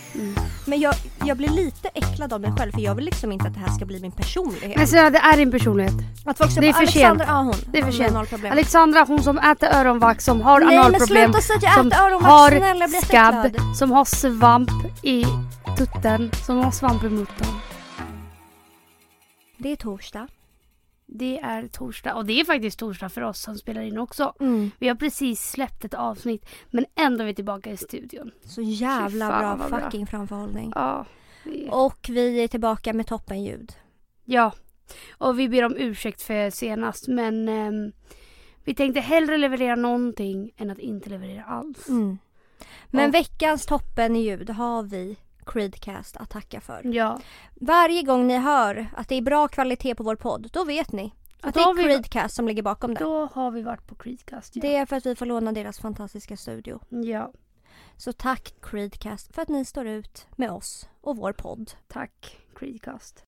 Men jag blir lite äcklad av mig själv, för jag vill liksom inte att det här ska bli min personlighet. Men så det är din personlighet. Att folk det är för sent. Det är för sent. Alexandra, hon som äter öronvax, som har analproblem, som har skabb, som har svamp i tutten, som har svamp i mutten. Det är torsdag. Det är torsdag, och det är faktiskt torsdag för oss som spelar in också. Vi har precis släppt ett avsnitt, men ändå är vi tillbaka i studion. Så jävla bra fucking framförhållning. Ja. Och vi är tillbaka med toppenljud. Ja, och vi ber om ursäkt för senast, men vi tänkte hellre leverera någonting än att inte leverera alls. Men veckans toppenljud har vi Creedcast att tacka för. Ja. Varje gång ni hör att det är bra kvalitet på vår podd, då vet ni att det är Creedcast som ligger bakom det. Då har vi varit på Creedcast. Ja. Det är för att vi får låna deras fantastiska studio. Ja. Så tack Creedcast för att ni står ut med oss och vår podd. Tack Creedcast.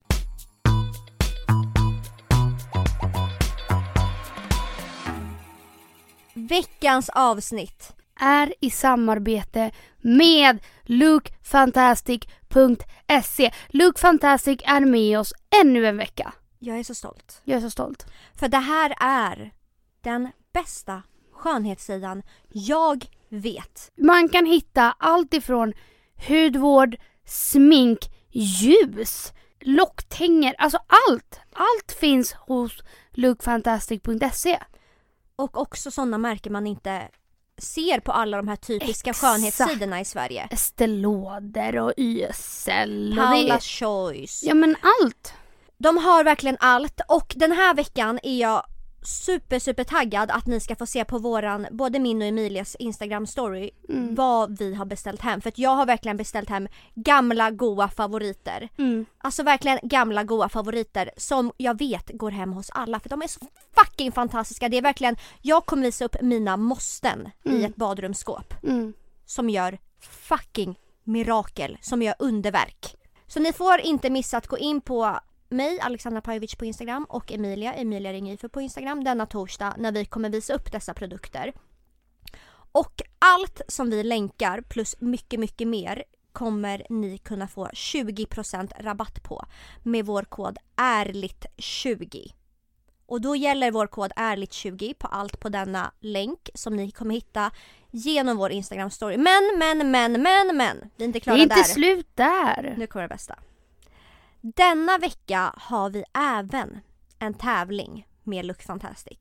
Veckans avsnitt är i samarbete med lookfantastic.se. Look Fantastic är med oss ännu en vecka. Jag är så stolt. Jag är så stolt. För det här är den bästa skönhetssidan jag vet. Man kan hitta allt ifrån hudvård, smink, ljus, locktänger, alltså allt. Allt finns hos lookfantastic.se. Och också sådana märken man inte ser på alla de här typiska skönhetssidorna i Sverige. Estée Lauder och YSL. Paula's Choice. Ja, men allt. De har verkligen allt. Och den här veckan är jag super taggad att ni ska få se på våran, både min och Emilias Instagram story, vad vi har beställt hem. För att jag har verkligen beställt hem gamla goa favoriter. Alltså verkligen gamla goa favoriter som jag vet går hem hos alla. För de är så fucking fantastiska. Det är verkligen, jag kommer visa upp mina måsten i ett badrumsskåp. Som gör fucking mirakel, som gör underverk. Så ni får inte missa att gå in på mig, Alexandra Pajovic på Instagram, och Emilia Ringifer på Instagram denna torsdag när vi kommer visa upp dessa produkter. Och allt som vi länkar plus mycket mer kommer ni kunna få 20% rabatt på med vår kod ärligt20. Och då gäller vår kod ärligt20 på allt på denna länk som ni kommer hitta genom vår Instagram story. Men vi är inte klara där. Det är inte slut där. Nu kommer det bästa. Denna vecka har vi även en tävling med Look Fantastic.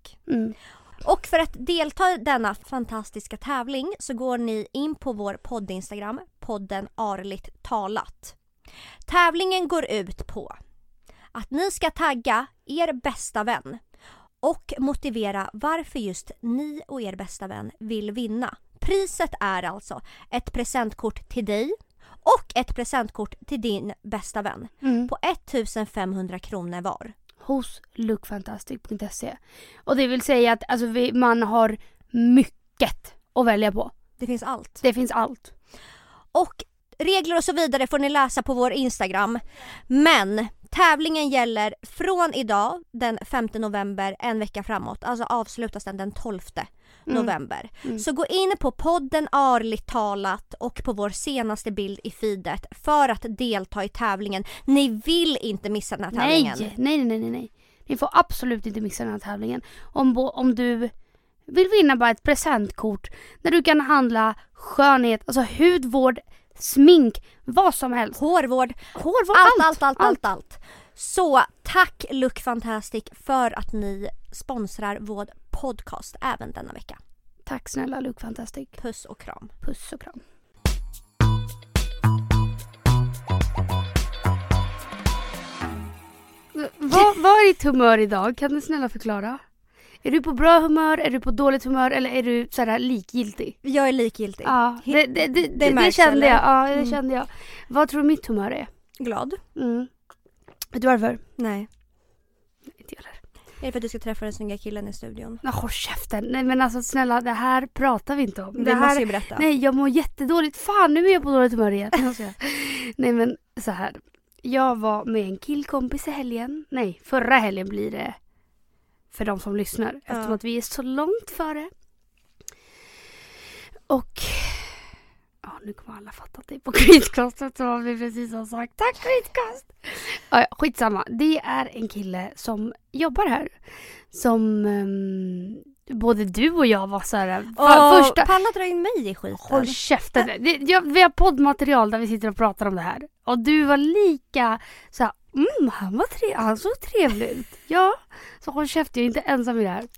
Och för att delta i denna fantastiska tävling så går ni in på vår podd-Instagram, podden Arligt talat. Tävlingen går ut på att ni ska tagga er bästa vän och motivera varför just ni och er bästa vän vill vinna. Priset är alltså ett presentkort till dig och ett presentkort till din bästa vän på 1500 kronor var. Hos lookfantastic.se. Och det vill säga att alltså, man har mycket att välja på. Det finns allt. Det finns allt. Och regler och så vidare får ni läsa på vår Instagram. Men tävlingen gäller från idag, den 5 november, en vecka framåt. Alltså avslutas den 12 november. Så gå in på podden Arligt talat och på vår senaste bild i feedet för att delta i tävlingen. Ni vill inte missa den här tävlingen. Nej. Ni får absolut inte missa den här tävlingen. Om du vill vinna bara ett presentkort när du kan handla skönhet, alltså hudvård, smink, vad som helst. Hårvård, allt. Så tack Look Fantastic för att ni sponsrar vår podcast även denna vecka. Tack snälla Look Fantastic. Puss och kram. Puss och kram. Vad är ditt humör idag? Kan du snälla förklara? Är du på bra humör, är du på dåligt humör eller är du sådär likgiltig? Jag är likgiltig. Ja, det kände jag. Ja, det kände jag. Vad tror du mitt humör är? Glad. Vet du varför? Nej. Inte jag. Är det för att du ska träffa den snygga killen i studion? Håll käften. Nej men alltså snälla, det här pratar vi inte om. Det måste ju berätta. Nej, jag mår jättedåligt. Fan, nu är jag på dåligt humör igen. Nej men så här. Jag var med en killkompis i helgen. Nej, förra helgen blir det. För de som lyssnar. Eftersom att vi är så långt före. Och Ja, nu kommer alla fatta att det är på Skrytkastet som vi precis har sagt. Tack Skrytkast! Ja, skitsamma. Det är en kille som jobbar här. Som både du och jag var så här. Första... Palla dra in mig i skiten. Håll käften. Vi har poddmaterial där vi sitter och pratar om det här. Och du var lika så här, han såg trevlig ut. Ja, så håll käften, jag är inte ensam i det här.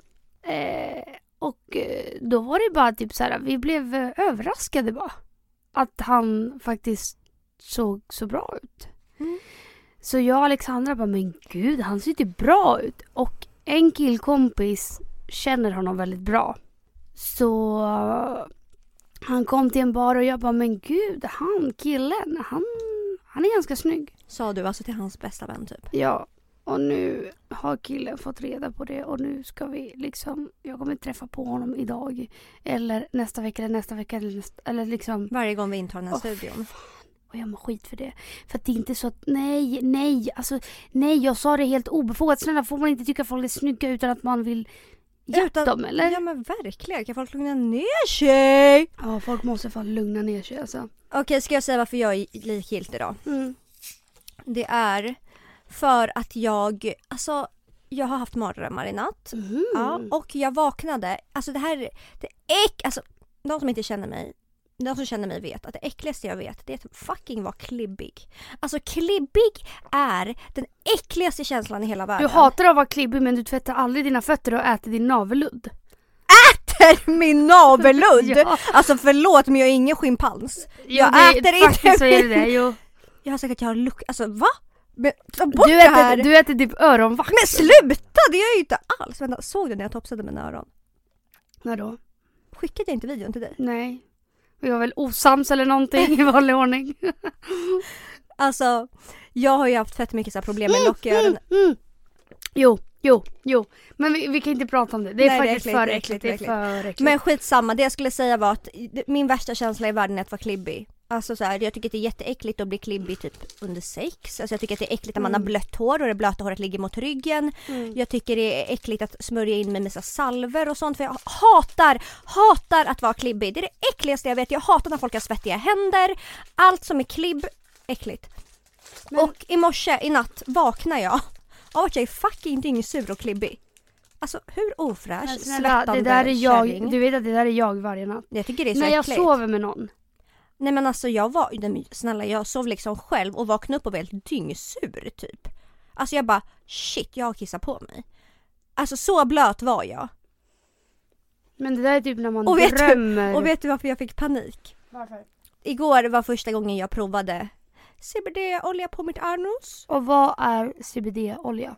Och då var det bara typ så här, vi blev överraskade bara. Att han faktiskt såg så bra ut. Så jag och Alexandra bara, men gud, han ser ju bra ut. Och en killkompis känner honom väldigt bra. Så han kom till en bar och jag bara, men gud, killen, han är ganska snygg. Sa du alltså till hans bästa vän typ? Ja, och nu har killen fått reda på det. Och nu ska vi liksom, jag kommer träffa på honom idag. Eller nästa vecka eller liksom. Varje gång vi intar den här studion. Och jag mår skit för det. För att det är inte så att, nej, jag sa det helt obefogat. Snälla, får man inte tycka folk är snygga utan att man vill hjälpa dem, eller? Ja, men verkligen. Kan folk lugna ner sig? Ja, folk måste fan lugna ner sig, alltså. Okej, ska jag säga varför jag är likgiltig då? Det är för att jag har haft mardrömmar i natt. Ja, och jag vaknade. Alltså de som inte känner mig, de som känner mig vet att det äckligaste jag vet, det är att fucking vara klibbig. Alltså klibbig är den äckligaste känslan i hela världen. Du hatar att vara klibbig, men du tvättar aldrig dina fötter och äter din navelludd. Äter min navelludd? Ja. Alltså förlåt, men jag är ingen schimpans. Jag äter inte så är det, jo. Jag har sagt att jag har alltså va? Men, ta bort det här. Du äter typ öronvax. Men sluta, det gör jag ju inte alls. Vänta, såg du när jag topsade mina öron? När då? Skickade jag inte videon till dig? Nej. Vi var väl osams eller någonting i vanlig ordning. Alltså, jag har ju haft fett mycket så här problem med locköron. Jo. Men vi kan inte prata om det. Det är faktiskt för äckligt. Men skitsamma, det jag skulle säga var att min värsta känsla i världen är att vara klibbig. Alltså så här, jag tycker att det är jätteäckligt att bli klibbig typ under sex. Alltså jag tycker att det är äckligt när man har blött hår och det blöta håret ligger mot ryggen. Jag tycker det är äckligt att smörja in mig med så salver och sånt. För jag hatar att vara klibbig. Det är det äckligaste jag vet. Jag hatar när folk har svettiga händer. Allt som är klibb, äckligt. Och i natt vaknar jag av att jag är fucking dyngsur och klibbig. Alltså hur ofräsch, svettande det där är jag. kärring. Du vet att det där är jag varje natt. Jag tycker det är så när jag äckligt. sover med någon. Nej men alltså jag sov liksom själv och vaknade upp och var helt dyngsur typ. Alltså jag bara shit, jag har kissat på mig. Alltså så blöt var jag. Men det där är typ när man drömmer. Och vet du varför jag fick panik? Varför? Igår var första gången jag provade CBD-olja på mitt anus. Och vad är CBD-olja?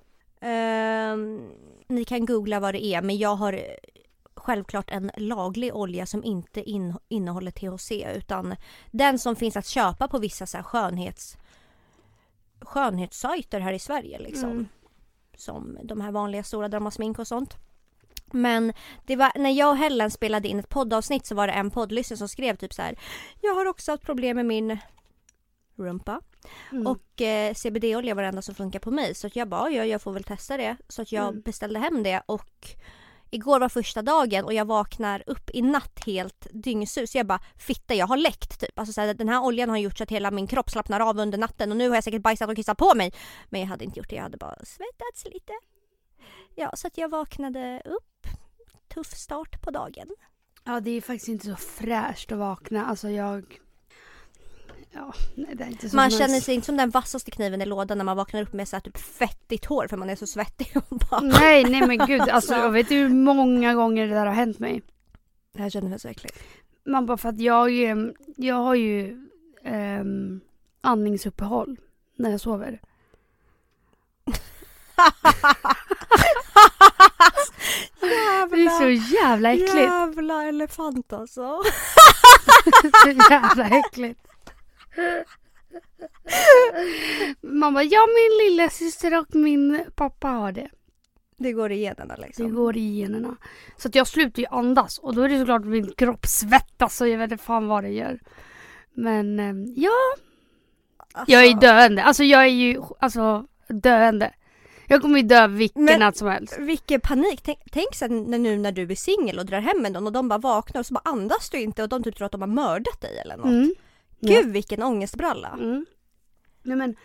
Ni kan googla vad det är, men jag har självklart en laglig olja som inte innehåller THC, utan den som finns att köpa på vissa så här skönhetssajter här i Sverige liksom. Som de här vanliga stora där de har smink och sånt. Men det var, när jag och Helen spelade in ett poddavsnitt så var det en poddlyssnare som skrev typ så här: jag har också haft problem med min rumpa. Och CBD-olja var det enda som funkar på mig. Så att jag bara, jag får väl testa det. Så att jag beställde hem det. Och igår var första dagen och jag vaknar upp i natt helt dyngsur. Så jag bara, fitta, jag har läckt typ. Alltså så här, den här oljan har gjort så att hela min kropp slappnar av under natten. Och nu har jag säkert bajsat och kissat på mig. Men jag hade inte gjort det, jag hade bara svettats lite. Ja, så att jag vaknade upp. Tuff start på dagen. Ja, det är faktiskt inte så fräscht att vakna. Alltså nej, det är inte så man nice. känner sig inte som den vassaste kniven i lådan när man vaknar upp med så här typ fettigt hår för man är så svettig och bara... Nej men gud, alltså jag vet ju hur många gånger det där har hänt mig. Det här känner mig så äckligt. Man bara, för att jag har ju andningsuppehåll när jag sover. Det är så jävla äckligt. Jävla elefant alltså. Så jävla äckligt. Man bara, ja, min lilla syster och min pappa har det. Det går i generna liksom. Det går i generna. Så att jag slutar ju andas. Och då är det såklart att min kropp svettas. Och jag vet inte fan vad det gör. Men ja. Alltså, jag är döende. Alltså jag är ju döende. Jag kommer ju dö vilken natt som helst. Vilken panik. Tänk sen när du är singel och drar hem med någon och de bara vaknar och så bara andas du inte och de typ tror att de har mördat dig eller något. Gud, vilken ångestbralla. Nej, men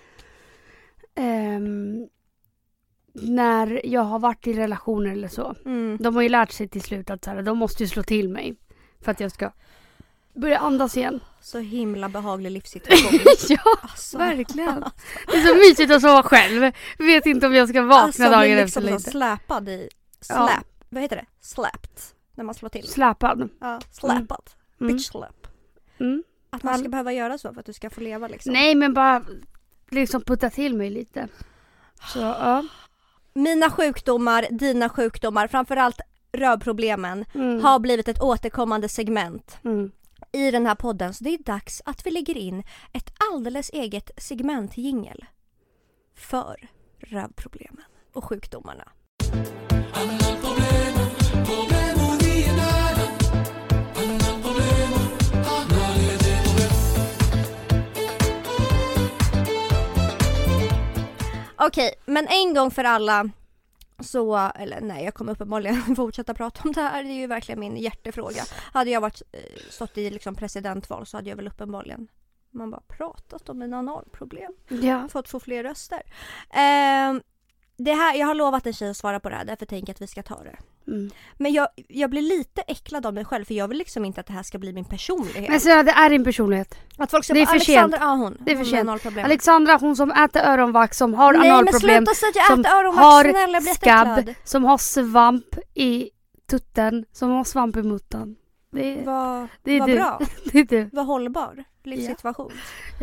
när jag har varit i relationer eller så, de har ju lärt sig till slut att så här, de måste ju slå till mig för att jag ska börja andas igen. Så himla behaglig livssituation. Ja, alltså. Verkligen. Det är så mysigt att sova själv. Vet inte om jag ska vakna dagen efter eller inte. Släpad i vad heter det? Slapped. När man slår till. Släpad. Ja, släpad. Bitch slap. Att man ska behöva göra så för att du ska få leva liksom. Nej, men bara liksom putta till mig lite. Så, ja. Mina sjukdomar, dina sjukdomar, framförallt rövproblemen har blivit ett återkommande segment i den här podden. Så det är dags att vi lägger in ett alldeles eget segmentjingel för rövproblemen och sjukdomarna. Okej, men en gång för alla så, eller nej, jag kommer uppenbarligen fortsätta prata om det här. Det är ju verkligen min hjärtefråga. Hade jag stått i liksom presidentval så hade jag väl uppenbarligen man bara pratat om mina analproblem. Ja. Fått få fler röster. Det här, jag har lovat en tjej att svara på det här, därför tänker jag att vi ska ta det. Men jag blir lite äcklad av mig själv, för jag vill liksom inte att det här ska bli min personlighet. Men så det är din personlighet. Att folk ska det är bara, för sent. Det är för sent. Alexandra, hon som äter öronvax, som har analproblem, men sluta säga att jag äter öronvax, har snälla, skabb, som har svamp i tutten, som har svamp i muttan. Vad du. Bra. Det är du. Vad hållbar livssituation.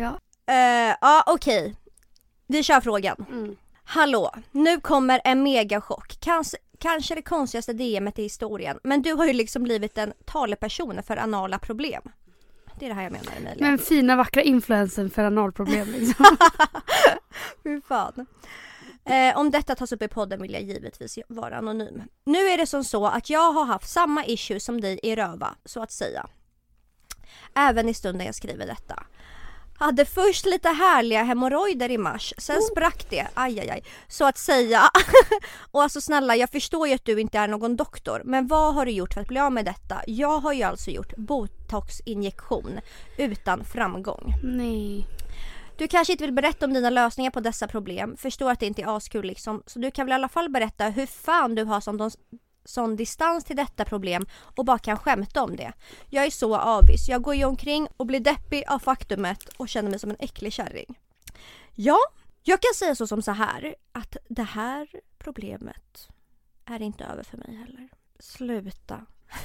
Ja. Okej. Vi kör frågan. Hallå, nu kommer en megachock. Kanske det konstigaste DM:et i historien. Men du har ju liksom blivit en taleperson för anala problem. Det är det här jag menar, Emilia. Men fina, vackra influensen för analproblem liksom. Fy fan. Om detta tas upp i podden vill jag givetvis vara anonym. Nu är det som så att jag har haft samma issue som dig i röva, så att säga. Även i stunden jag skriver detta. Hade först lite härliga hemorrojder i mars. Sen sprack det, aj, så att säga. Och alltså snälla, jag förstår ju att du inte är någon doktor. Men vad har du gjort för att bli av med detta? Jag har ju alltså gjort botoxinjektion utan framgång. Nej. Du kanske inte vill berätta om dina lösningar på dessa problem. Förstår att det inte är askul liksom. Så du kan väl i alla fall berätta hur fan du har sån distans till detta problem och bara kan skämta om det. Jag är så avis. Jag går ju omkring och blir deppig av faktumet och känner mig som en äcklig kärring. Ja, jag kan säga så som så här, att det här problemet är inte över för mig heller. Sluta.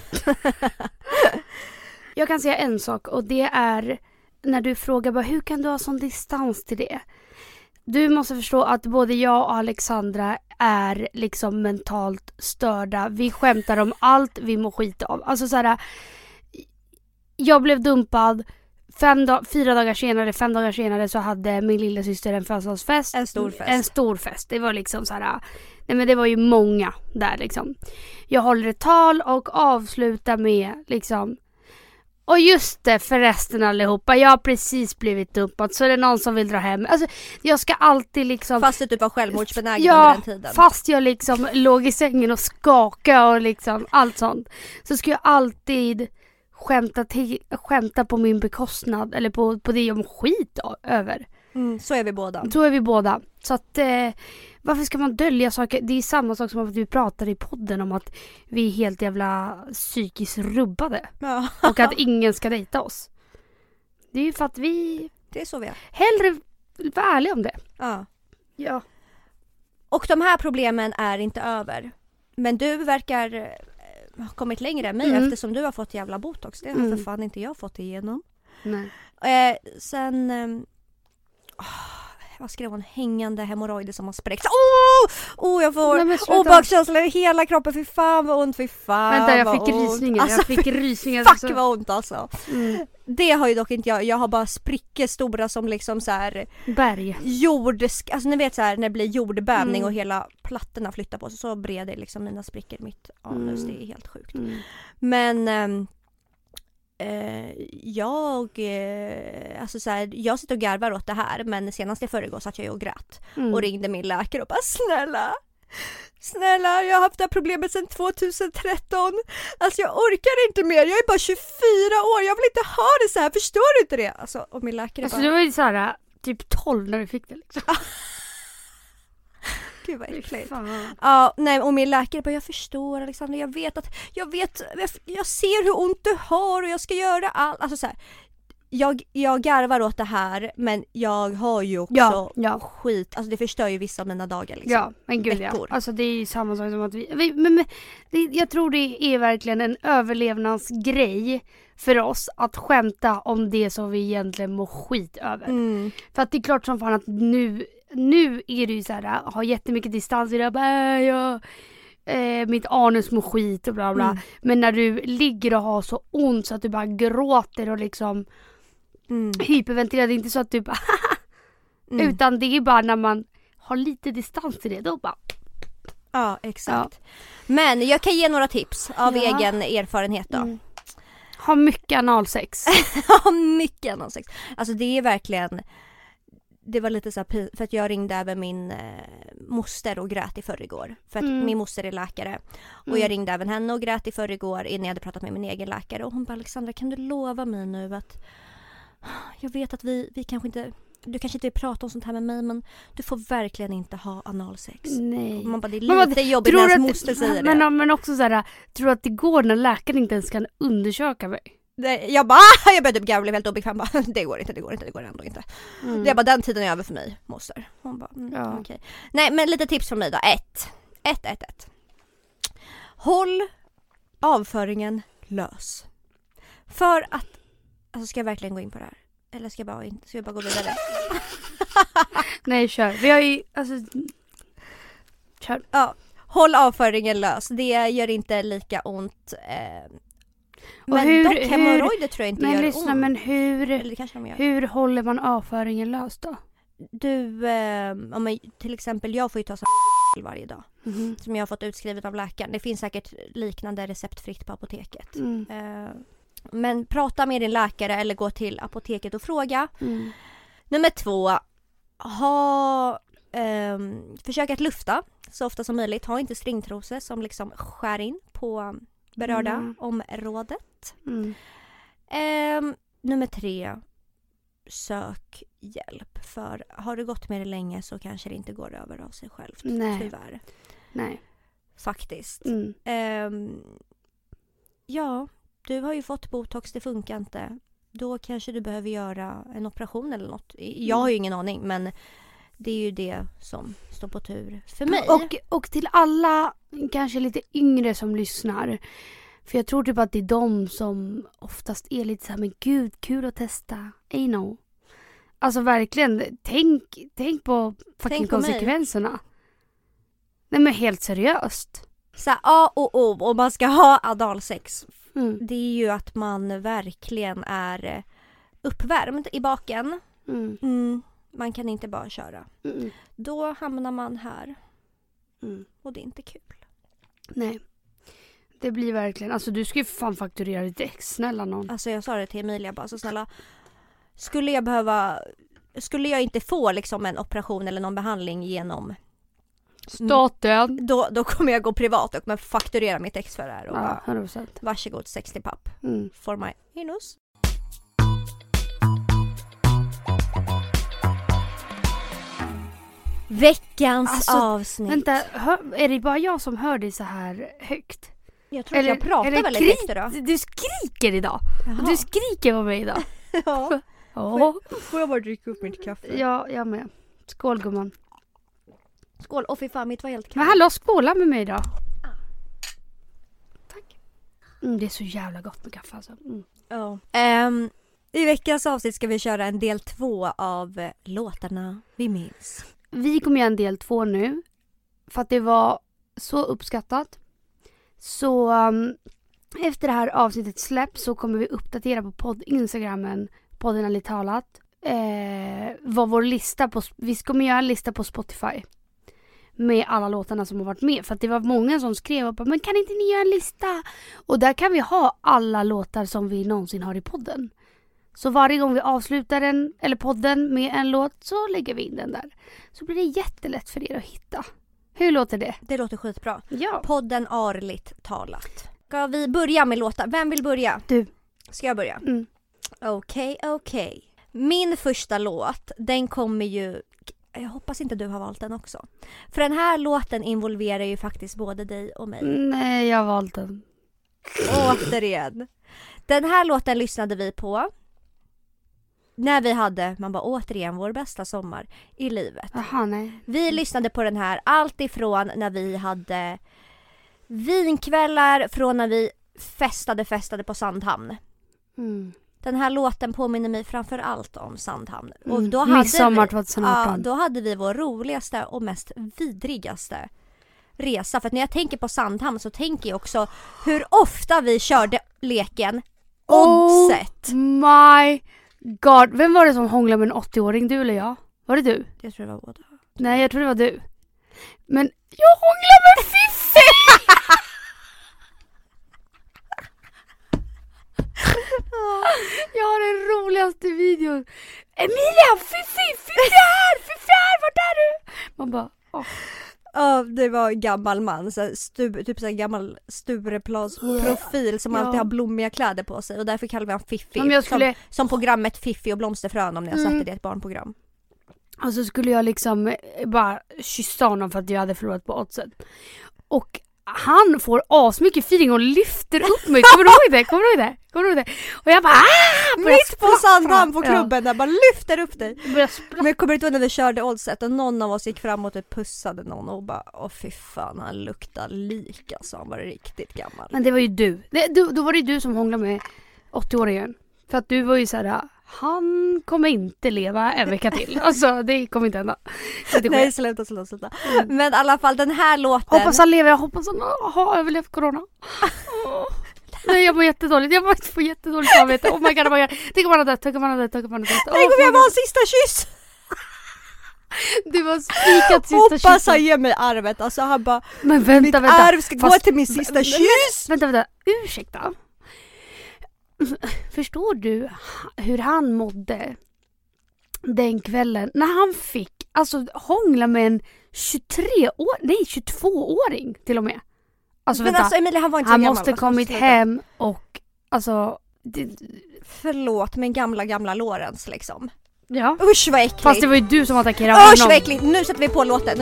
Jag kan säga en sak, och det är när du frågar bara, hur kan du ha sån distans till det? Du måste förstå att både jag och Alexandra är liksom mentalt störda. Vi skämtar om allt vi mår skit av. Alltså så här, jag blev dumpad 5 dagar senare så hade min lilla syster en födelsedagsfest. En stor fest. Det var liksom så här, nej men det var ju många där liksom. Jag håller ett tal och avslutar med liksom, och just det, förresten allihopa, jag har precis blivit dumpad, så är det någon som vill dra hem. Alltså, jag ska alltid liksom... Fast du typ var självmordsbenägen under den tiden. Fast jag liksom låg i sängen och skakade och liksom allt sånt. Så ska jag alltid skämta på min bekostnad, eller på det jag mår skit över. Så är vi båda. Så att varför ska man dölja saker? Det är samma sak som att vi pratade i podden om att vi är helt jävla psykiskt rubbade. Ja. Och att ingen ska dejta oss. Det är ju för att vi... Det är så vi är. Hellre vara ärliga om det. Ja. Och de här problemen är inte över. Men du verkar ha kommit längre än mig eftersom du har fått jävla botox. Det har för fan inte jag fått igenom. Nej. Sen... vad skrev hon? Hängande hemorrojder som har spräckt. Jag får obehagskänslor i hela kroppen. Fy fan vad ont, Vänta, jag fick rysningar. Alltså, jag fick rysningar. Fuck vad ont alltså. Det har ju dock inte jag. Jag har bara sprickor stora som liksom så här berg. Alltså ni vet så här när det blir jordbävning och hela plattorna flyttar på sig, så breder liksom mina sprickor mitt anus. Det är helt sjukt. Men alltså så här, jag sitter och garvar åt det här, men senast i förrgår satt jag och grät och ringde min läkare och bara snälla, jag har haft det här problemet sedan 2013. Alltså jag orkar inte mer, jag är bara 24 år, jag vill inte ha det så här, förstår du inte det? Alltså, och min läkare alltså bara... du var ju så här typ 12 när du fick det liksom. Gud vad äckligt. Ja, nej, och min läkare bara, jag förstår Alexander, jag ser hur ont du har och jag ska göra allt. Alltså så här, jag garvar åt det här, men jag har ju också skit, alltså det förstör ju vissa av mina dagar liksom. Ja, men gud ja. Alltså det är ju samma sak som att jag tror det är verkligen en överlevnadsgrej för oss att skämta om det som vi egentligen mår skit över. För att det är klart som fan att nu är det ju så här, har jättemycket distans i det här, mitt anus mår skit och bla bla. Men när du ligger och har så ont så att du bara gråter och liksom hyperventilerar, det är inte så att du bara utan det är bara när man har lite distans till det, då bara ja, exakt. Ja. Men jag kan ge några tips av egen erfarenhet då. Ha mycket analsex. Ha mycket analsex. Alltså det är verkligen, det var lite så här, för att jag ringde även min moster och grät i förrgår. För att min moster är läkare. Och jag ringde även henne och grät i förrgår innan jag hade pratat med min egen läkare. Och hon bara, Alexandra, kan du lova mig nu att jag vet att vi kanske inte, du kanske inte vill prata om sånt här med mig, men du får verkligen inte ha analsex. Nej. Och man bara, det är lite jobbigt när ens moster säger det. Men också så här, tror att det går när läkaren inte ens kan undersöka mig? Jag började typ garva helt obekväm. Det går ändå inte. Det är bara, den tiden är över för mig, moster. Hon bara, okej. Nej, men lite tips från mig då. 1. Håll avföringen lös. För att, alltså ska jag verkligen gå in på det här? Eller ska jag bara gå vidare? Nej, kör. Vi har ju, alltså... Kör. Ja, håll avföringen lös. Det gör inte lika ont. Men dock hemorrojder tror jag inte gör ont. Men hur håller man avföringen lös då? Till exempel, jag får ju ta varje dag. Som jag har fått utskrivet av läkaren. Det finns säkert liknande receptfritt på apoteket. Men prata med din läkare eller gå till apoteket och fråga. Nummer 2. Försök att lufta så ofta som möjligt. Ha inte stringtrosor som liksom skär in på berörda området. Nummer 3. Sök hjälp. För har du gått med det länge så kanske det inte går över av sig självt. Tyvärr. Nej. Faktiskt. Ja, du har ju fått botox, det funkar inte. Då kanske du behöver göra en operation eller något. Jag har ju ingen aning, men det är ju det som står på tur för mig. Och till alla kanske lite yngre som lyssnar. För jag tror typ att det är de som oftast är lite så här, men gud, kul att testa. I know. Alltså verkligen, tänk på fucking konsekvenserna. Mig. Nej, men helt seriöst. Så A och O, om man ska ha analsex. Det är ju att man verkligen är uppvärmd i baken. Man kan inte bara köra. Då hamnar man här. Och det är inte kul. Nej. Det blir verkligen, alltså du ska ju fan fakturera ditt ex, snälla någon. Alltså jag sa det till Emilia bara, så snälla, skulle jag inte få liksom en operation eller någon behandling genom staten, då kommer jag gå privat och fakturera mitt ex för det här och bara, 100%. Varsågod 60 papp for my anus. Veckans avsnitt. Vänta, är det bara jag som hör dig så här högt? Jag tror att jag pratar väldigt högt idag. Du skriker idag. Jaha. Du skriker på mig idag. Ja. Får jag bara dricka upp mitt kaffe? Ja, jag med. Skål, gumman. Skål. Fy fan, mitt var helt kallt. Men hallå, skåla med mig idag. Tack. Det är så jävla gott med kaffe alltså. Ja. I veckans avsnitt ska vi köra en del 2 av låtarna vi minns. Vi kommer göra en del 2 nu. För att det var så uppskattat. Så efter det här avsnittet släpps så kommer vi uppdatera på Instagrammen, podden Ärligt talat. Vad vår lista på, vi kommer göra en lista på Spotify. med alla låtarna som har varit med. För att det var många som skrev och bara, men kan inte ni göra en lista? Och där kan vi ha alla låtar som vi någonsin har i podden. Så varje gång vi avslutar den eller podden med en låt så lägger vi in den där. Så blir det jättelätt för er att hitta. Hur låter det? Det låter skitbra. Ja. Podden arligt talat. Ska vi börja med låtar? Vem vill börja? Du. Ska jag börja? Mm. Okej. Min första låt, den kommer ju... Jag hoppas inte du har valt den också. För den här låten involverar ju faktiskt både dig och mig. Nej, jag har valt den. Återigen. Den här låten lyssnade vi på när vi hade, man bara återigen, vår bästa sommar i livet. Aha, nej. Vi lyssnade på den här allt ifrån när vi hade vinkvällar, från när vi festade på Sandhamn. Den här låten påminner mig framför allt om Sandhamn. Och då hade midsommar 2018. Ja, då hade vi vår roligaste och mest vidrigaste resa. För att när jag tänker på Sandhamn så tänker jag också hur ofta vi körde leken Oddset. Oh my god. Vem var det som hånglade med en 80-åring? Du eller jag? Var det du? Jag tror det var båda. Nej, jag tror det var du. Men jag hånglade med Fiffi! Jag har den roligaste videon. Emilia, Fiffi här, vart är du? Man bara, åh. Ja, det var en gammal man, typ så gammal Stureplans profil som alltid har blommiga kläder på sig och därför kallar vi han Fiffi. Som programmet Fiffi och blomsterfrön om ni har sett det, ett barnprogram. Och så skulle jag liksom bara kyssa honom för att jag hade förlorat på oddset. Och han får asmycket feeling och lyfter upp mig. Kommer du ihåg det? Och jag bara mitt på Sandhamn på klubben där bara lyfter upp dig. Men jag kommer inte ihåg när vi körde oddset och någon av oss gick fram och pussade någon och bara, åh fy fan, han luktar lika, så han var riktigt gammal. Men det var ju du. Då var det du som hånglade med 80-åringen. För att du var ju så här, han kommer inte leva en vecka till. Alltså det kommer inte hända. Nej, sluta. Men i alla fall den här låten. Hoppas han lever, jag hoppas han har överlevt corona. Nej, jag mår jättedåligt. Jag får jättedåligt samvete. Oh my god. Tänk om han har dött. Tänk om jag var en sista kyss. Du var spikat sista kyss. Hoppas han ger mig arvet. Alltså han bara, men vänta. arv ska gå till min sista kyss. Vänta. Ursäkta. Förstår du hur han mådde den kvällen när han fick hångla med en 22-åring till och med. Alltså, men alltså Emilia, han var inte han så måste gammal, kommit hem och alltså förlåt, men gamla Lorentz liksom. Ja. Usch vad äckligt. Fast det var ju du som attackerade honom. Usch vad äckligt. Nu sätter vi på låten.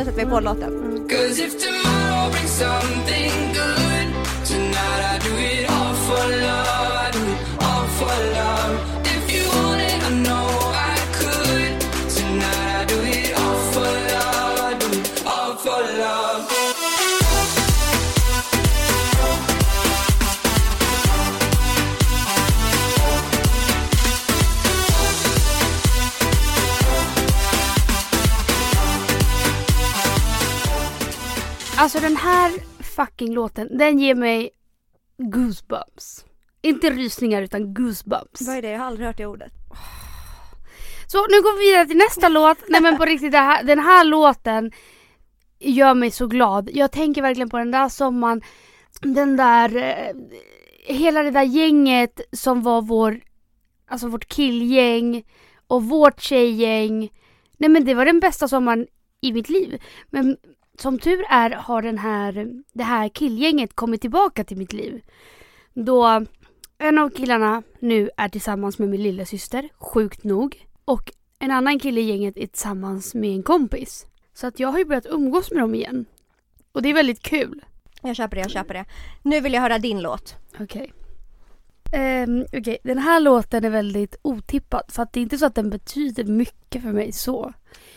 Alltså den här fucking låten, den ger mig goosebumps. Inte rysningar utan goosebumps. Vad är det? Jag har aldrig hört det ordet. Så nu går vi vidare till nästa låt. Nej men på riktigt, den här låten gör mig så glad. Jag tänker verkligen på den där sommaren. Den där, hela det där gänget som var vårt killgäng och vårt tjejgäng. Nej men det var den bästa sommaren i mitt liv. Men som tur är har det här killgänget kommit tillbaka till mitt liv. Då en av killarna nu är tillsammans med min lilla syster, sjukt nog. Och en annan kille i gänget är tillsammans med en kompis. Så att jag har ju börjat umgås med dem igen. Och det är väldigt kul. Jag köper det. Nu vill jag höra din låt. Okej. Okej, den här låten är väldigt otippad. För att det är inte så att den betyder mycket för mig så.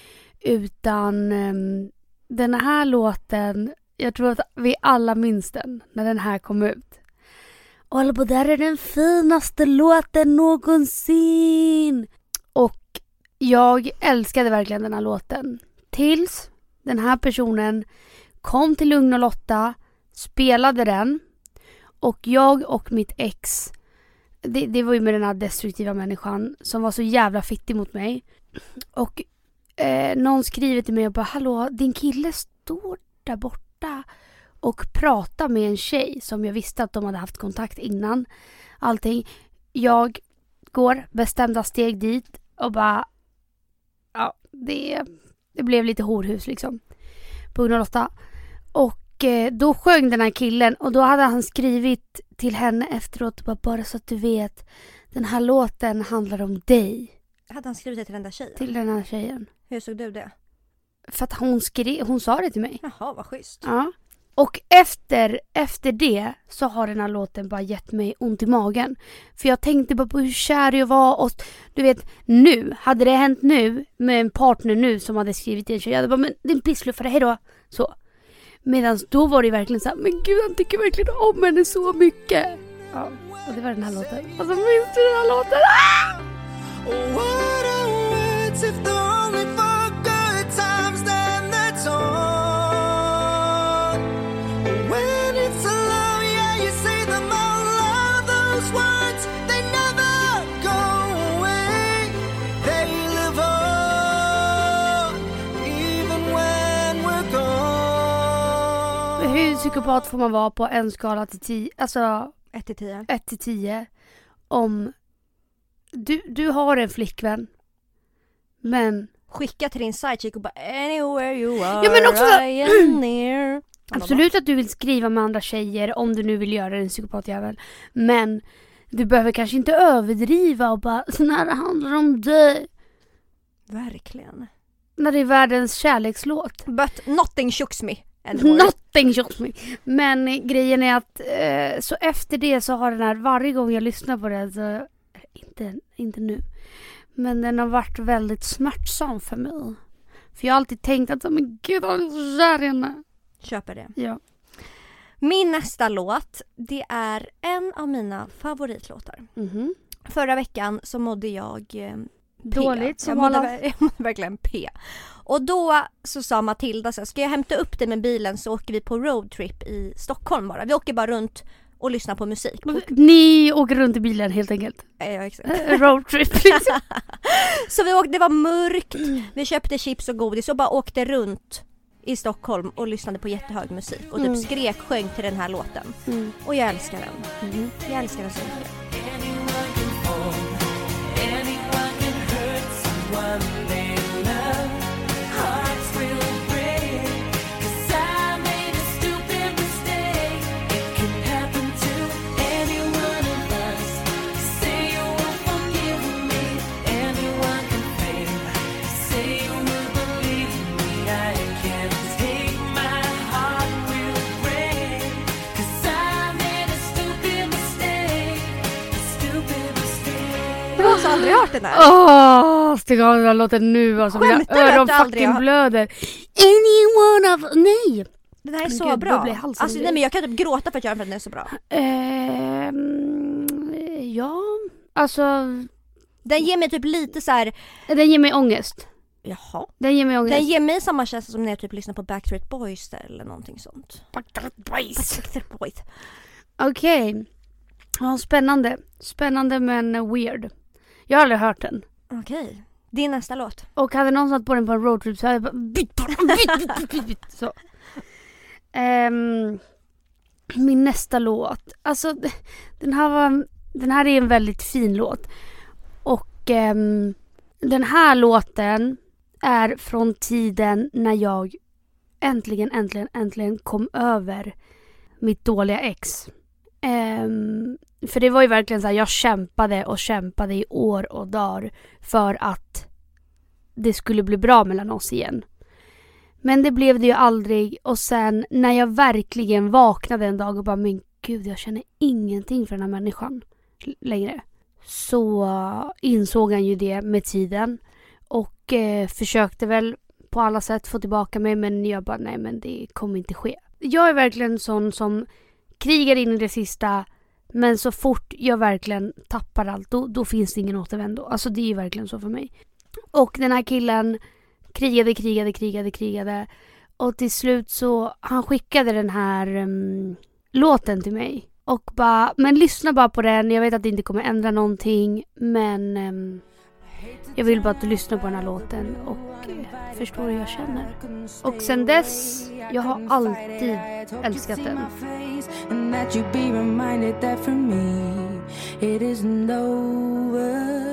Utan den här låten, jag tror att vi alla minns den när den här kom ut. Och alla bara, där är den finaste låten någonsin. Och jag älskade verkligen den här låten. Tills den här personen kom till Lugn och Lotta, spelade den. Och jag och mitt ex, det var ju med den här destruktiva människan som var så jävla fittig mot mig. Och någon skriver till mig och bara, hallå, din kille står där borta och pratar med en tjej som jag visste att de hade haft kontakt innan. Allting. Jag går bestämda steg dit och bara det blev lite horhus liksom på 108. Och då sjöng den här killen och då hade han skrivit till henne efteråt bara så att du vet, den här låten handlar om dig. Hade han skrivit det till den där tjejen? Till den här tjejen. Hur såg du det? För att hon sa det till mig. Jaha, vad schysst. Ja. Och efter det så har den här låten bara gett mig ont i magen. För jag tänkte bara på hur kär jag var. Och du vet, nu, hade det hänt nu med en partner nu som hade skrivit till en tjej. Jag hade bara, men din pissluffare, hejdå. Så. Medan då var det verkligen så här, men gud, han tycker verkligen om henne så mycket. Ja, och det var den här låten. Och så minns du den här låten. Ah! What are words if they're only for good times, then that's all. When it's alone, yeah, you say them all loud. Those words, they never go away. They live on, even when we're gone. Hur psykopat får man vara på en skala till 10? Alltså 1 till 10. 1 till 10. Om du har en flickvän, men Skicka till din sidechick och bara anywhere you are, ja, men också I am near. absolut att du vill skriva med andra tjejer om du nu vill göra en psykopatjävel. Men du behöver kanske inte överdriva och bara, så när det handlar om dig. Verkligen. När det är världens kärlekslåt. But nothing shooks me anymore. Nothing shocks me. Men grejen är att så efter det så har den här, varje gång jag lyssnar på det så, inte nu, men den har varit väldigt smärtsam för mig. För jag har alltid tänkt att, men gud, han är så kär i henne. Köper det. Ja. Min nästa låt, det är en av mina favoritlåtar. Mhm. Förra veckan så mådde jag Dåligt, som jag mådde, alla. jag mådde verkligen P. Och då så sa Matilda så här, ska jag hämta upp dig med bilen så åker vi på roadtrip i Stockholm bara. Vi åker bara runt och lyssnar på musik. Ni åker runt i bilen helt enkelt. Ja, exakt. Roadtrip liksom. Så vi åkte, det var mörkt, vi köpte chips och godis och bara åkte runt i Stockholm och lyssnade på jättehög musik och typ skrek, sjöng till den här låten. Och jag älskar den. Jag älskar den så mycket. Jag har aldrig hört den här. Stäng av den här låten nu. Alltså, mina Skämtar du att öron du aldrig fucking har- blöder. Anyone of... Nej! Den här är Men så gud, bra. bubbla i halsen. Alltså, nej, men jag kan typ gråta för att göra den för att den är så bra. Ja, alltså... Den ger mig typ lite så här. Den ger mig ångest. Jaha. Den ger mig ångest. Den ger mig samma känsla som när jag typ lyssnar på Backstreet Boys eller någonting sånt. Backstreet Boys. Backstreet Boys. Okej. Ja, spännande. Spännande men weird. Jag har aldrig hört den. Okej. Din nästa låt. Och hade någon satt på den på en roadtrip så hade jag bara bytt. Så. Min nästa låt. Alltså den här är en väldigt fin låt. Och den här låten är från tiden när jag äntligen kom över mitt dåliga ex. För det var ju verkligen så här, jag kämpade i år och dagar för att det skulle bli bra mellan oss igen. Men det blev det ju aldrig. Och sen när jag verkligen vaknade en dag och bara, men gud, jag känner ingenting för den här människan längre. Så insåg han ju det med tiden. Och försökte väl på alla sätt få tillbaka mig. Men jag bara, nej, men det kommer inte ske. Jag är verkligen sån som krigar in i det sista. Men så fort jag verkligen tappar allt, då finns det ingen återvändo. Alltså det är ju verkligen så för mig. Och den här killen krigade. Och till slut så, han skickade den här låten till mig. Och bara, men lyssna bara på den. Jag vet att det inte kommer ändra någonting. Men Jag vill bara att du lyssnar på den här låten och förstår hur jag känner. Och sen dess, jag har alltid älskat den. And that you be reminded that for me it isn't over.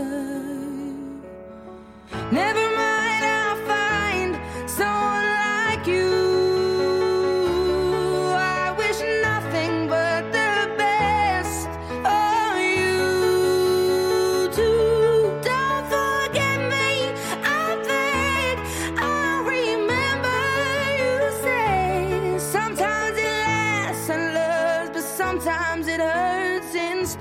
Never mind, I'll find someone like you. I wish nothing but the best for you too. Don't forget me, I beg. I remember you say sometimes it lasts and loves, but sometimes it hurts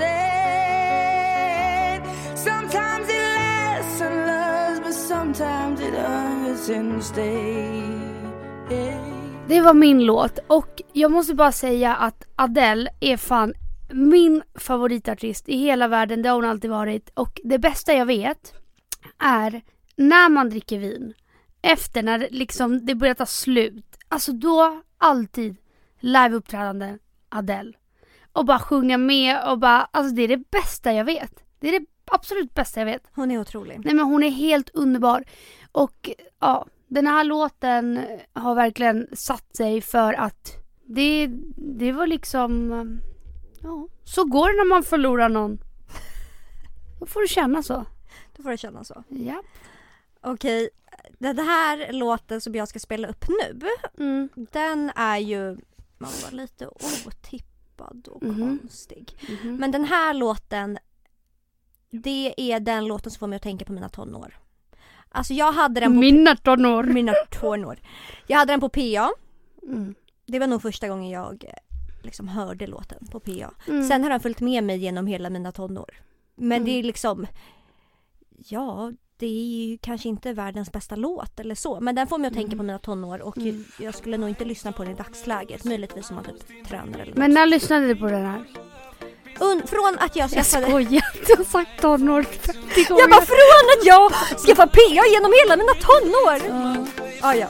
instead. Sometimes it lasts and loves, but sometimes it hurts instead. Det var min låt och jag måste bara säga att Adele är fan min favoritartist i hela världen. Det har hon alltid varit. Och det bästa jag vet är när man dricker vin. Efter när liksom det börjar ta slut. Alltså då alltid liveuppträdande Adele. Och bara sjunga med och bara, alltså det är det bästa jag vet. Det är det absolut bästa jag vet. Hon är otrolig. Nej men hon är helt underbar. Och ja, den här låten har verkligen satt sig för att det var liksom, ja, så går det när man förlorar någon. Då får du känna så. Då får du känna så. Ja. Okej, den här låten som jag ska spela upp nu, den är ju, man var lite otippad och konstig. Men den här låten, det är den låten som får mig att tänka på mina tonår. Alltså jag hade den på Mina tonår. Jag hade den på PA. Det var nog första gången jag liksom hörde låten på PA. Sen har den följt med mig genom hela mina tonår. Men det är liksom, ja, det är ju kanske inte världens bästa låt eller så. Men den får mig att tänka på mina tonår. Och jag skulle nog inte lyssna på den i dagsläget. Möjligtvis som man typ tränar eller något. Men när lyssnade du på den här? Från att jag skaffade... Jag skojar, du har sagt tonår 50 gånger. Jag bara från att jag skaffade PA genom hela mina tonår. Ja.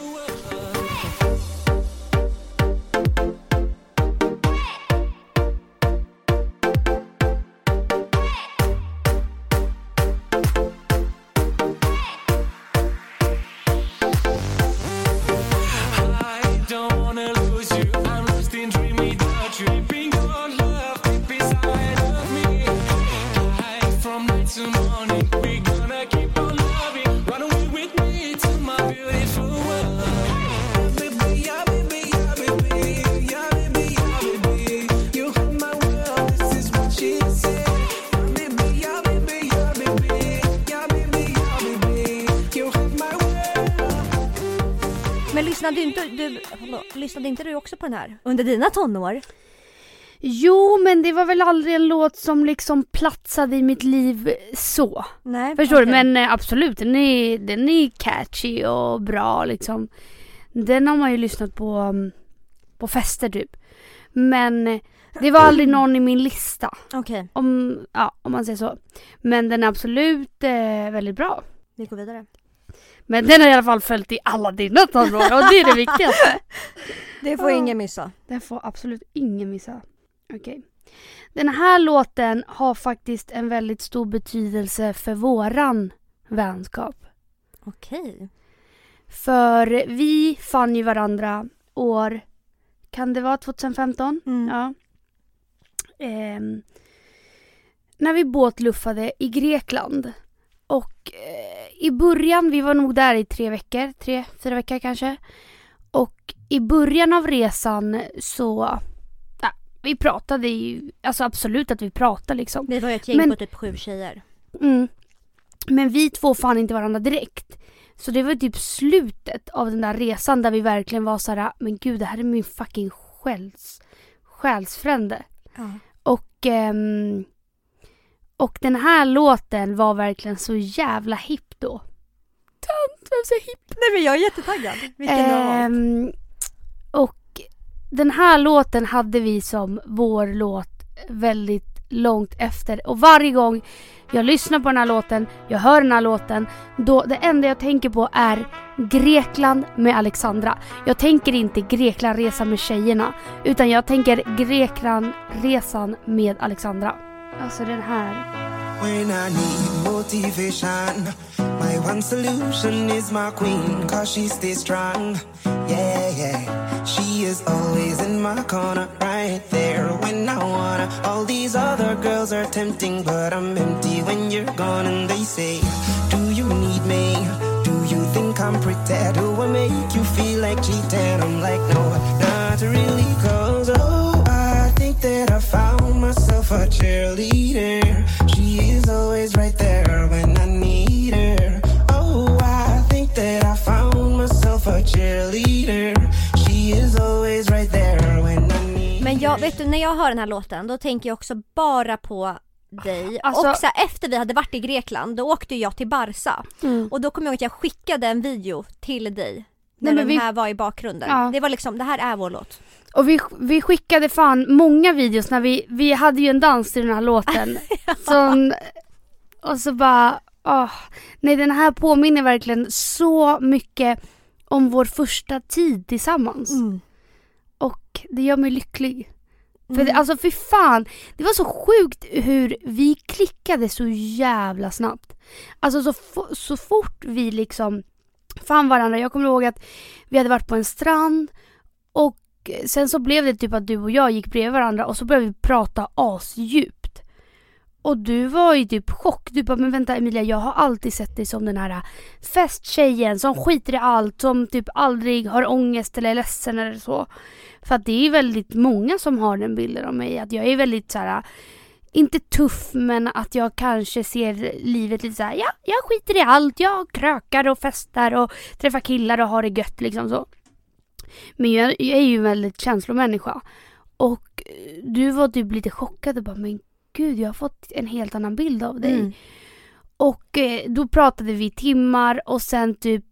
Lyssnade inte du också på den här under dina tonår? Jo, men det var väl aldrig en låt som liksom platsade i mitt liv så. Nej, förstår du? Men absolut, den är catchy och bra liksom. Den har man ju lyssnat på fester typ. Men det var aldrig någon i min lista. Okej. Om man säger så. Men den är absolut väldigt bra. Vi går vidare. Men den har i alla fall följt i alla dina tonår och det är det viktigaste. Det får ingen missa. Det får absolut ingen missa. Okej. Den här låten har faktiskt en väldigt stor betydelse för våran vänskap. Okej. För vi fann ju varandra år, kan det vara 2015? Ja. När vi båtluffade i Grekland. Och i början, vi var nog där i 3-4 veckor kanske. Och i början av resan så, vi pratade ju, alltså absolut att vi pratade liksom. Vi var ju ett gäng på typ 7 tjejer. Men vi två fann inte varandra direkt. Så det var typ slutet av den där resan där vi verkligen var så här, men gud, det här är min fucking själsfrände. Ja. Och den här låten var verkligen så jävla hipp då. Tant, vem så hipp? Nej, men jag är jättetaggad. Vilken du har valt. Och den här låten hade vi som vår låt väldigt långt efter. Och varje gång jag lyssnar på den här låten, jag hör den här låten, då det enda jag tänker på är Grekland med Alexandra. Jag tänker inte Greklandresan med tjejerna, utan jag tänker Greklandresan med Alexandra. Alltså den här. when I need motivation. My one solution is my queen, 'cause she stays strong. Yeah, yeah. She is always in my corner, right there when I wanna. All these other girls are tempting, but I'm empty when you're gone. And they say, do you need me? Do you think I'm pretty? Do I make you feel like cheating? I'm like, no, not really, 'cause oh, I think that I found myself a cheerleader. She is always right there when I need her. Oh, I think that I found myself a cheerleader. She is always right there when I need. Men jag vet du, när jag hör den här låten då tänker jag också bara på dig. Alltså, och så här, efter vi hade varit i Grekland då åkte jag till Barca. Och då kom jag ihåg att jag skickade en video till dig när den här var i bakgrunden. Ja. Det var liksom, det här är vår låt. Och vi skickade fan många videos när vi hade ju en dans till den här låten. Och så bara nej, den här påminner verkligen så mycket om vår första tid tillsammans. Och det gör mig lycklig. För det, alltså för fan, det var så sjukt hur vi klickade så jävla snabbt. Alltså så fort vi liksom fann varandra. Jag kommer ihåg att vi hade varit på en strand och sen så blev det typ att du och jag gick bredvid varandra och så började vi prata asdjupt. Och du var ju typ chock. Du bara, men vänta Emilia, jag har alltid sett dig som den här festtjejen som skiter i allt, som typ aldrig har ångest eller är ledsen eller så. För att det är väldigt många som har den bilden av mig. Att jag är väldigt så här, inte tuff, men att jag kanske ser livet lite så här, ja, jag skiter i allt. Jag krökar och festar och träffar killar och har det gött liksom så. Men jag är ju en väldigt känslomänniska. Och du var typ lite chockad och bara, men gud, jag har fått en helt annan bild av dig. Och då pratade vi timmar och sen typ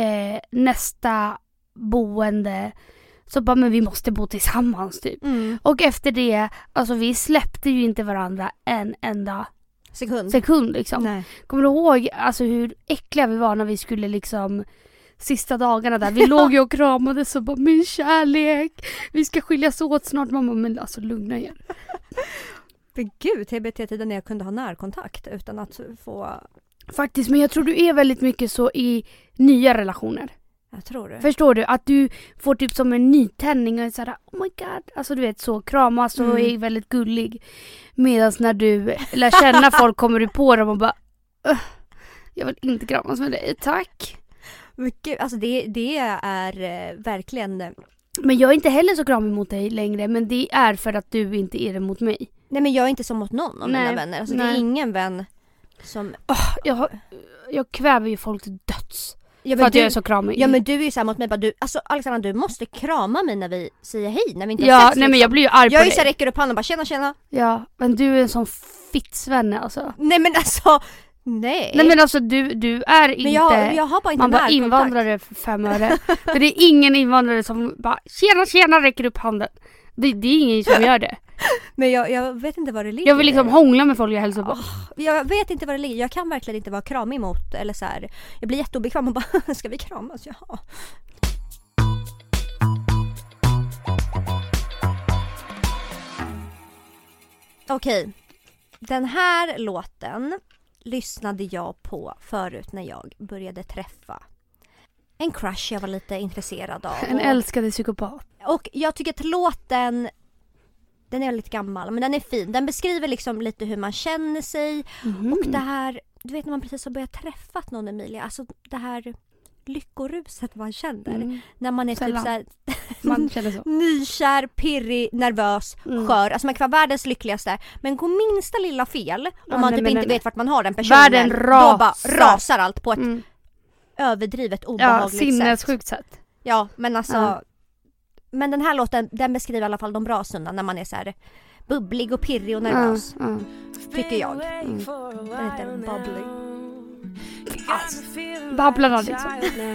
nästa boende så bara, men vi måste bo tillsammans typ. Och efter det, alltså vi släppte ju inte varandra en enda sekund liksom. Nej. Kommer du ihåg alltså hur äckliga vi var när vi skulle liksom sista dagarna där. Vi låg ju och kramade så bara, min kärlek, vi ska skiljas åt snart. Mamma, men alltså lugna er. Men gud, TBT-tiden när jag kunde ha närkontakt utan att få... Faktiskt, men jag tror du är väldigt mycket så i nya relationer. Jag tror det. Förstår du? Att du får typ som en nytändning och såhär, oh my god. Alltså du vet, så kramas och är väldigt gullig. Medan när du lär känna folk kommer du på dem och bara, jag vill inte kramas med dig, tack. Men gud, alltså det är verkligen... Men jag är inte heller så kramig mot dig längre, men det är för att du inte är det mot mig. Nej, men jag är inte som mot någon av mina vänner. Alltså, det är ingen vän som... Jag kväver ju folk till döds. Ja, för att jag är så kramig. Ja, men du är ju så här mot mig. Bara, alltså Alexandra, du måste krama mig när vi säger hej. När vi inte har sex, nej, men jag blir ju arg på dig. Jag är så här, räcker upp handen och bara, tjena. Ja, men du är en sån fittsvenne alltså. Nej, men alltså... Nej, men alltså du är inte... Jag har bara inte man bara invandrare för 5 öre. För det är ingen invandrare som bara tjena räcker upp handen. Det är ingen som gör det. Men jag vet inte vad det ligger. Jag vill liksom hångla med folk jag hälsar på. Jag vet inte vad det ligger. Jag kan verkligen inte vara kramig mot eller så här. Jag blir jätteobekväm och bara, ska vi kramas? Ja. Okej. Den här låten lyssnade jag på förut när jag började träffa en crush jag var lite intresserad av. En älskade psykopat. Och jag tycker att låten, den är lite gammal men den är fin. Den beskriver liksom lite hur man känner sig. Och det här, du vet när man precis har börjat träffa någon, Emilia. Alltså det här lyckoruset man känner. När man är typ såhär man känner så. nykär, pirrig, nervös, skör. Alltså man kan vara världens lyckligaste. Men går minsta lilla fel om man typ inte vet vart man har den personen. Världen då bara rasar allt på ett överdrivet obehagligt sinnessjukt sätt. Ja, men alltså men den här låten, den beskriver i alla fall de bra stunderna när man är så här bubblig och pirrig och nervös. Tycker jag. Den heter Bubbly. Babblarna liksom.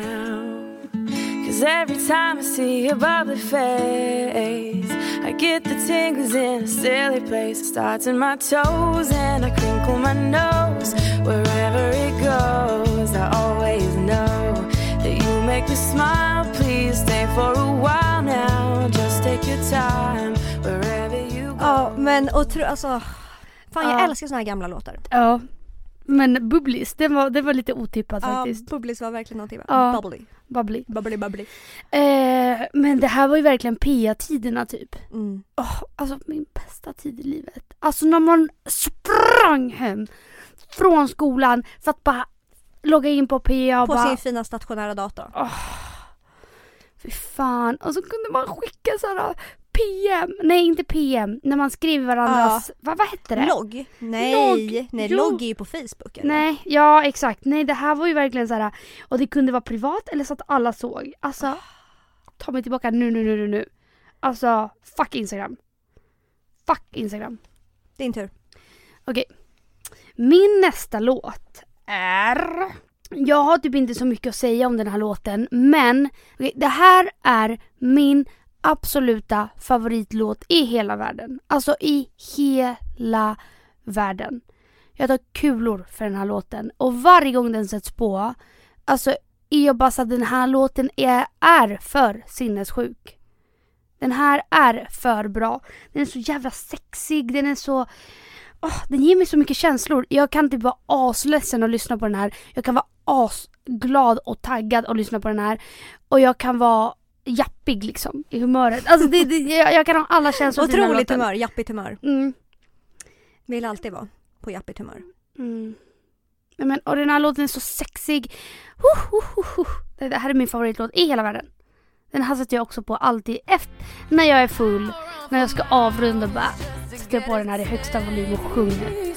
Cause every time I see your bubbly face, I get the tingles in a silly place. It starts in my toes and I crinkle my nose. Wherever it goes, I always know that you make me smile. Please stay for a while now. Just take your time wherever you go. Ja, men alltså Fan, jag älskar såna här gamla låtar. Ja. Men Bubblis, det var lite otippat faktiskt. Ja, Bubblis var verkligen någonting. Ja. Bubbly. Men det här var ju verkligen PA-tiderna typ. Mm. Alltså min bästa tid i livet. Alltså när man sprang hem från skolan för att bara logga in på PA och på bara... sin fina stationära dator. Fy fan. Och så kunde man skicka sådana PM. Nej, inte PM. När man skriver varandras... Vad heter det? Logg? Nej, logg är ju på Facebook. Eller? Nej, ja exakt. Nej, det här var ju verkligen så här. Och det kunde vara privat eller så att alla såg. Alltså, ta mig tillbaka nu. Alltså, fuck Instagram. Din tur. Okej. Min nästa låt är... Jag har typ inte så mycket att säga om den här låten. Men det här är min absoluta favoritlåt i hela världen. Alltså i hela världen. Jag tar kulor för den här låten. Och varje gång den sätts på, alltså jag bara så att den här låten är för sinnessjuk. Den här är för bra. Den är så jävla sexig. Den är så... den ger mig så mycket känslor. Jag kan typ vara asledsen att lyssna på den här. Jag kan vara asglad och taggad att lyssna på den här. Och jag kan vara jappig liksom i humöret. Alltså jag kan ha alla känslor. Otroligt humör, jappigt humör. Mm. Vill alltid vara på jappigt humör. Mm. Men, och den här låten är så sexig. Det här är min favoritlåt i hela världen. Den här sätter jag också på alltid efter, när jag är full. När jag ska avrunda bara sätter jag på den här i högsta volym och sjunger.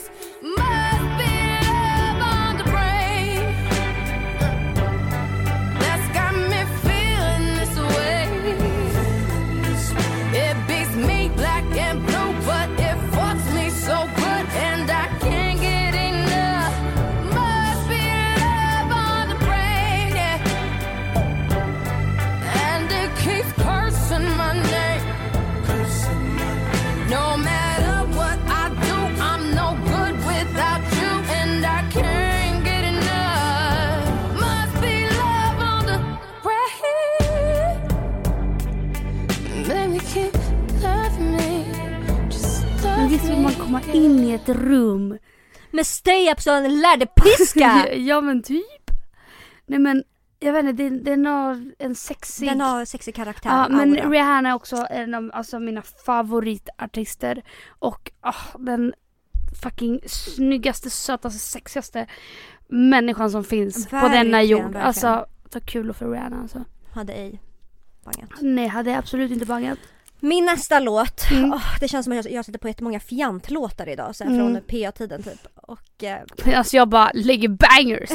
Visst vill man komma in i ett rum med stay-ups och en lärde piska. Ja men typ. Nej men jag vet inte, den har en sexig... Den har sexig karaktär. Ja, men aura. Rihanna är också en av alltså, mina favoritartister. Och den fucking snyggaste, sötaste, sexigaste människan som finns på denna jord. Verkligen. Alltså, ta kul för Rihanna alltså. Hade ej bangat. Nej, hade absolut inte bangat. Min nästa låt, det känns som att jag sätter på jättemånga fjantlåtar idag så här, från PA-tiden typ. Och, alltså jag bara lägger bangers.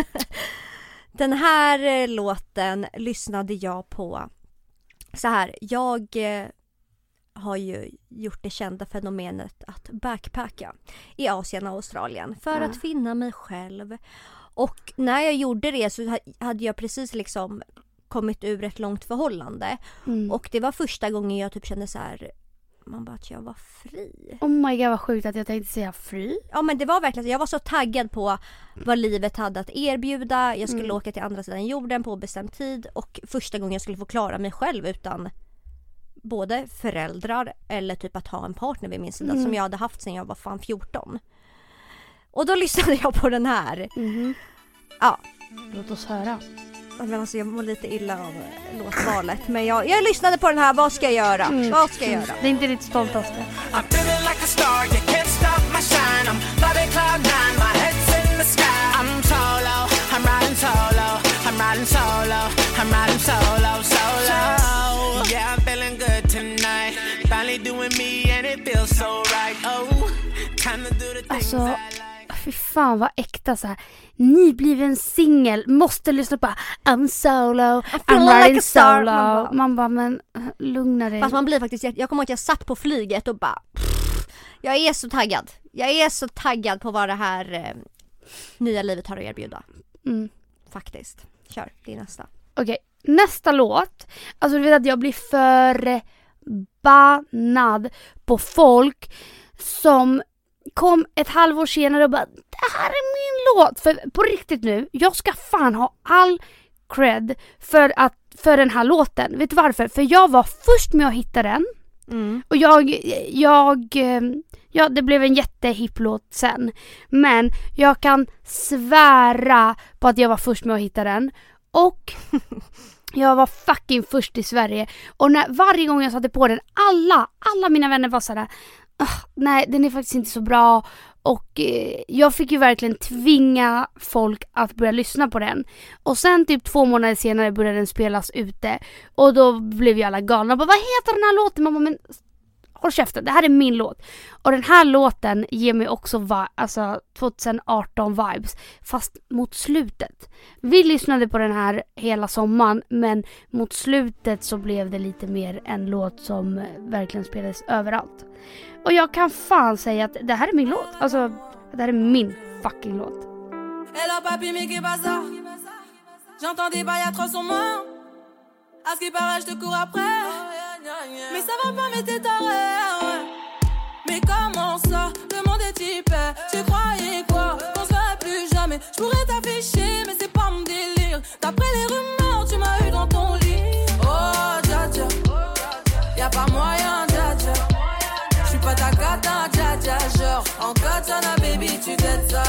Den här låten lyssnade jag på så här. Jag har ju gjort det kända fenomenet att backpacka i Asien och Australien för att finna mig själv. Och när jag gjorde det så hade jag precis liksom kommit ur ett långt förhållande. Och det var första gången jag typ kände så här, man bara att jag var fri. Oh my god, vad sjukt att jag tänkte säga fri. Ja men det var verkligen så. Jag var så taggad på vad livet hade att erbjuda. Jag skulle åka till andra sidan jorden på bestämd tid. Och första gången jag skulle få klara mig själv utan både föräldrar eller typ att ha en partner vid min sida som jag hade haft sedan jag var fan 14. Och då lyssnade jag på den här. Ja. Låt oss höra. Men alltså jag mår lite illa av låtvalet. Men jag lyssnade på den här. Vad ska jag göra? Vad ska jag göra? Det är inte ditt stoltaste. I'm feeling like a star, you can't stop my shine. I'm flying cloud nine, my head's in the sky. I'm solo, I'm riding solo, I'm riding solo, I'm riding solo. Yeah, I'm feeling good tonight. Finally doing me and it feels so right. Oh, time to do the things Alltså, I like. fy fan vad äkta så här. Nybliven singel måste lyssna på I'm solo, I'm riding solo. Man bara, men lugna dig. Fast man blir faktiskt, jag kommer ihåg att jag satt på flyget och bara jag är så taggad. Jag är så taggad på vad det här nya livet har att erbjuda. Faktiskt. Kör, det är nästa. Okej, nästa låt. Alltså du vet att jag blir förbannad på folk som kom ett halvår senare och bara, det här är min låt. För på riktigt nu, jag ska fan ha all cred för den här låten. Vet du varför? För jag var först med att hitta den. Och Ja, det blev en jättehipplåt sen. Men jag kan svära på att jag var först med att hitta den. Och jag var fucking först i Sverige. Och varje gång jag satte på den, alla mina vänner var sådär, nej, den är faktiskt inte så bra. Och jag fick ju verkligen tvinga folk att börja lyssna på den. Och sen typ 2 månader senare började den spelas ute. Och då blev ju alla galna. Vad heter den här låten, mamma? Men håll käften, det här är min låt. Och den här låten ger mig också 2018 vibes. Fast mot slutet. Vi lyssnade på den här hela sommaren. Men mot slutet så blev det lite mer en låt som verkligen spelades överallt. Och jag kan fan säga att det här är min låt. Alltså, det här är min fucking låt. Hello papi, mais qu'est pas ça? J'entends des bails atroces en moi. À ce qui paraît, je te cours après. Mais ça va pas, mais t'es taré. Mais comment ça? Le monde est typé. Tu croyais quoi? Qu'on se verrait plus jamais. Je pourrais t'afficher, mais c'est pas mon délire. D'après les rumeurs, tu m'as eu dans ton lit. Oh, dja dja. Y'a pas moyen, dja dja. J'suis pas ta gata, dja dja. Genre, en katana, baby, tu t'aides ça.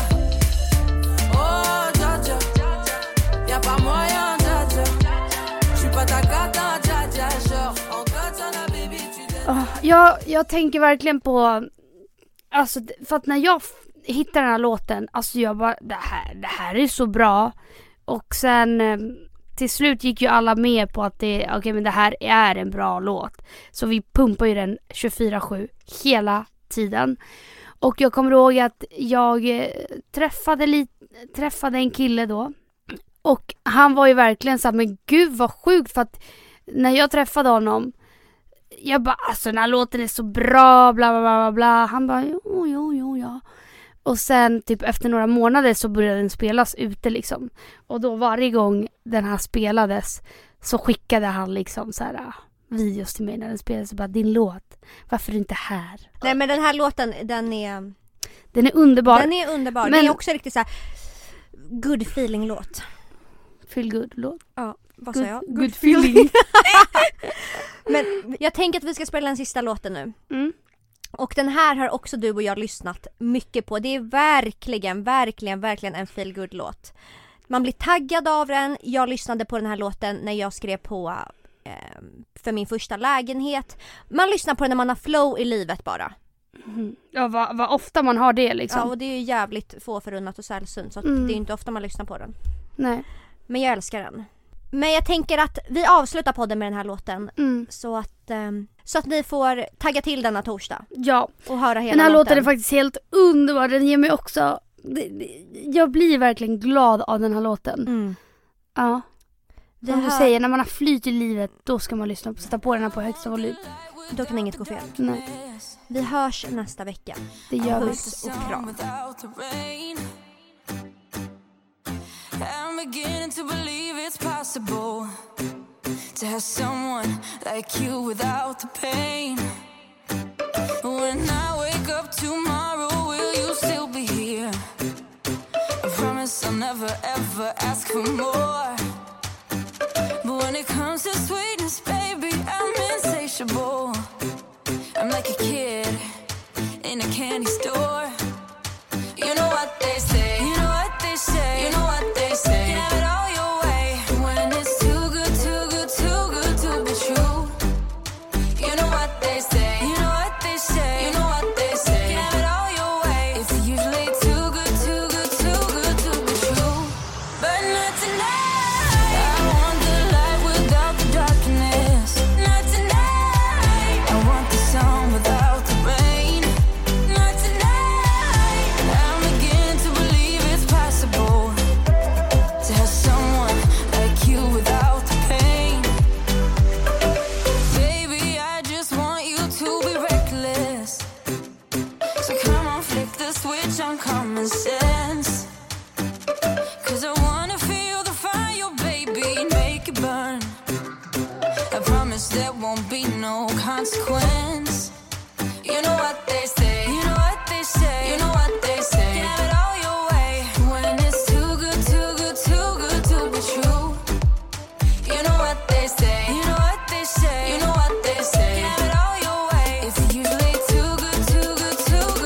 Oh, dja dja. Y'a pas moyen, dja dja. J'suis pas ta gata, dja dja. Genre, en katana, baby, tu t'aides ça. Jag tänker verkligen på, alltså, för att när jag hittar den här låten, alltså jag bara, det här är så bra. Och sen till slut gick ju alla med på att men det här är en bra låt. Så vi pumpar ju den 24/7 hela tiden. Och jag kommer ihåg att jag träffade en kille då. Och han var ju verkligen så här, men gud vad sjukt, för att när jag träffade honom, jag bara, alltså den här låten är så bra, bla bla bla bla. Han bara, jo, ja. Och sen typ efter några månader så började den spelas ute liksom. Och då varje gång den här spelades så skickade han liksom så här videos till mig när den spelades. Så bara, din låt, varför är du inte här? Nej, men den här låten, den är underbar. Den är underbar. Men det är också riktigt så här good feeling låt. Feel good låt. Ja, vad sa jag? Good feeling. Men jag tänker att vi ska spela den sista låten nu. Mm. Och den här har också du och jag lyssnat mycket på. Det är verkligen en feel good låt. Man blir taggad av den. Jag lyssnade på den här låten när jag skrev på för min första lägenhet. Man lyssnar på den när man har flow i livet bara. Mm. Ja, vad ofta man har det liksom. Ja, och det är ju jävligt få förunnat och sällsynt. Så att det är ju inte ofta man lyssnar på den. Nej. Men jag älskar den. Men jag tänker att vi avslutar podden med den här låten. Så att ni får tagga till denna torsdag. Ja. Och höra hela den här låten är låten. faktiskt helt underbar. Den ger mig också... Jag blir verkligen glad av den här låten. Ja. Som du säger, när man har flyt i livet, då ska man lyssna på, sätta på den här på högsta volym. Då kan inget gå fel. Nej. Vi hörs nästa vecka. Det gör vi. Puss och kram. I'm beginning to believe it's possible to have someone like you without the pain. When I wake up tomorrow, will you still be here? I promise I'll never ever ask for more. But when it comes to sweetness, baby, I'm insatiable. I'm like a kid in a candy store. You know what they say, you know what they say, you know what they say. Have it all your way when it's too good, too good, too good to be true. You know what they say, you know what they say, you know what they say. Have it all your way. It's usually too good, too good, too good to be true. But not tonight. I want the light without the darkness. Not tonight. I want the sun without the rain. Not tonight. I'm beginning to believe it's possible to have someone like you without the pain. Baby, I just want you to be reckless. So come on, flick the switch on common sense. 'Cause I wanna feel the fire, baby, make it burn. I promise there won't be no consequence. You know what they say, you know what they say, you know what they say. Have it all your way when it's too good, too good, too good to be true. You know what they say, you know what they say, you know what they say. Have it all your way. It's usually too good, too good, too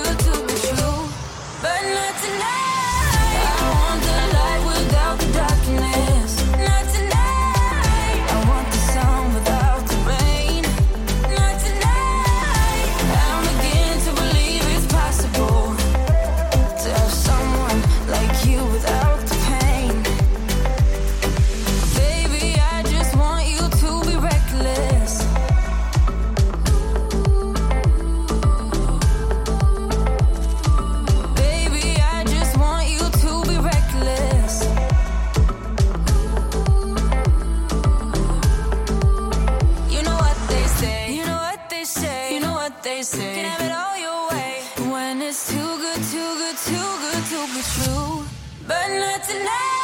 tonight.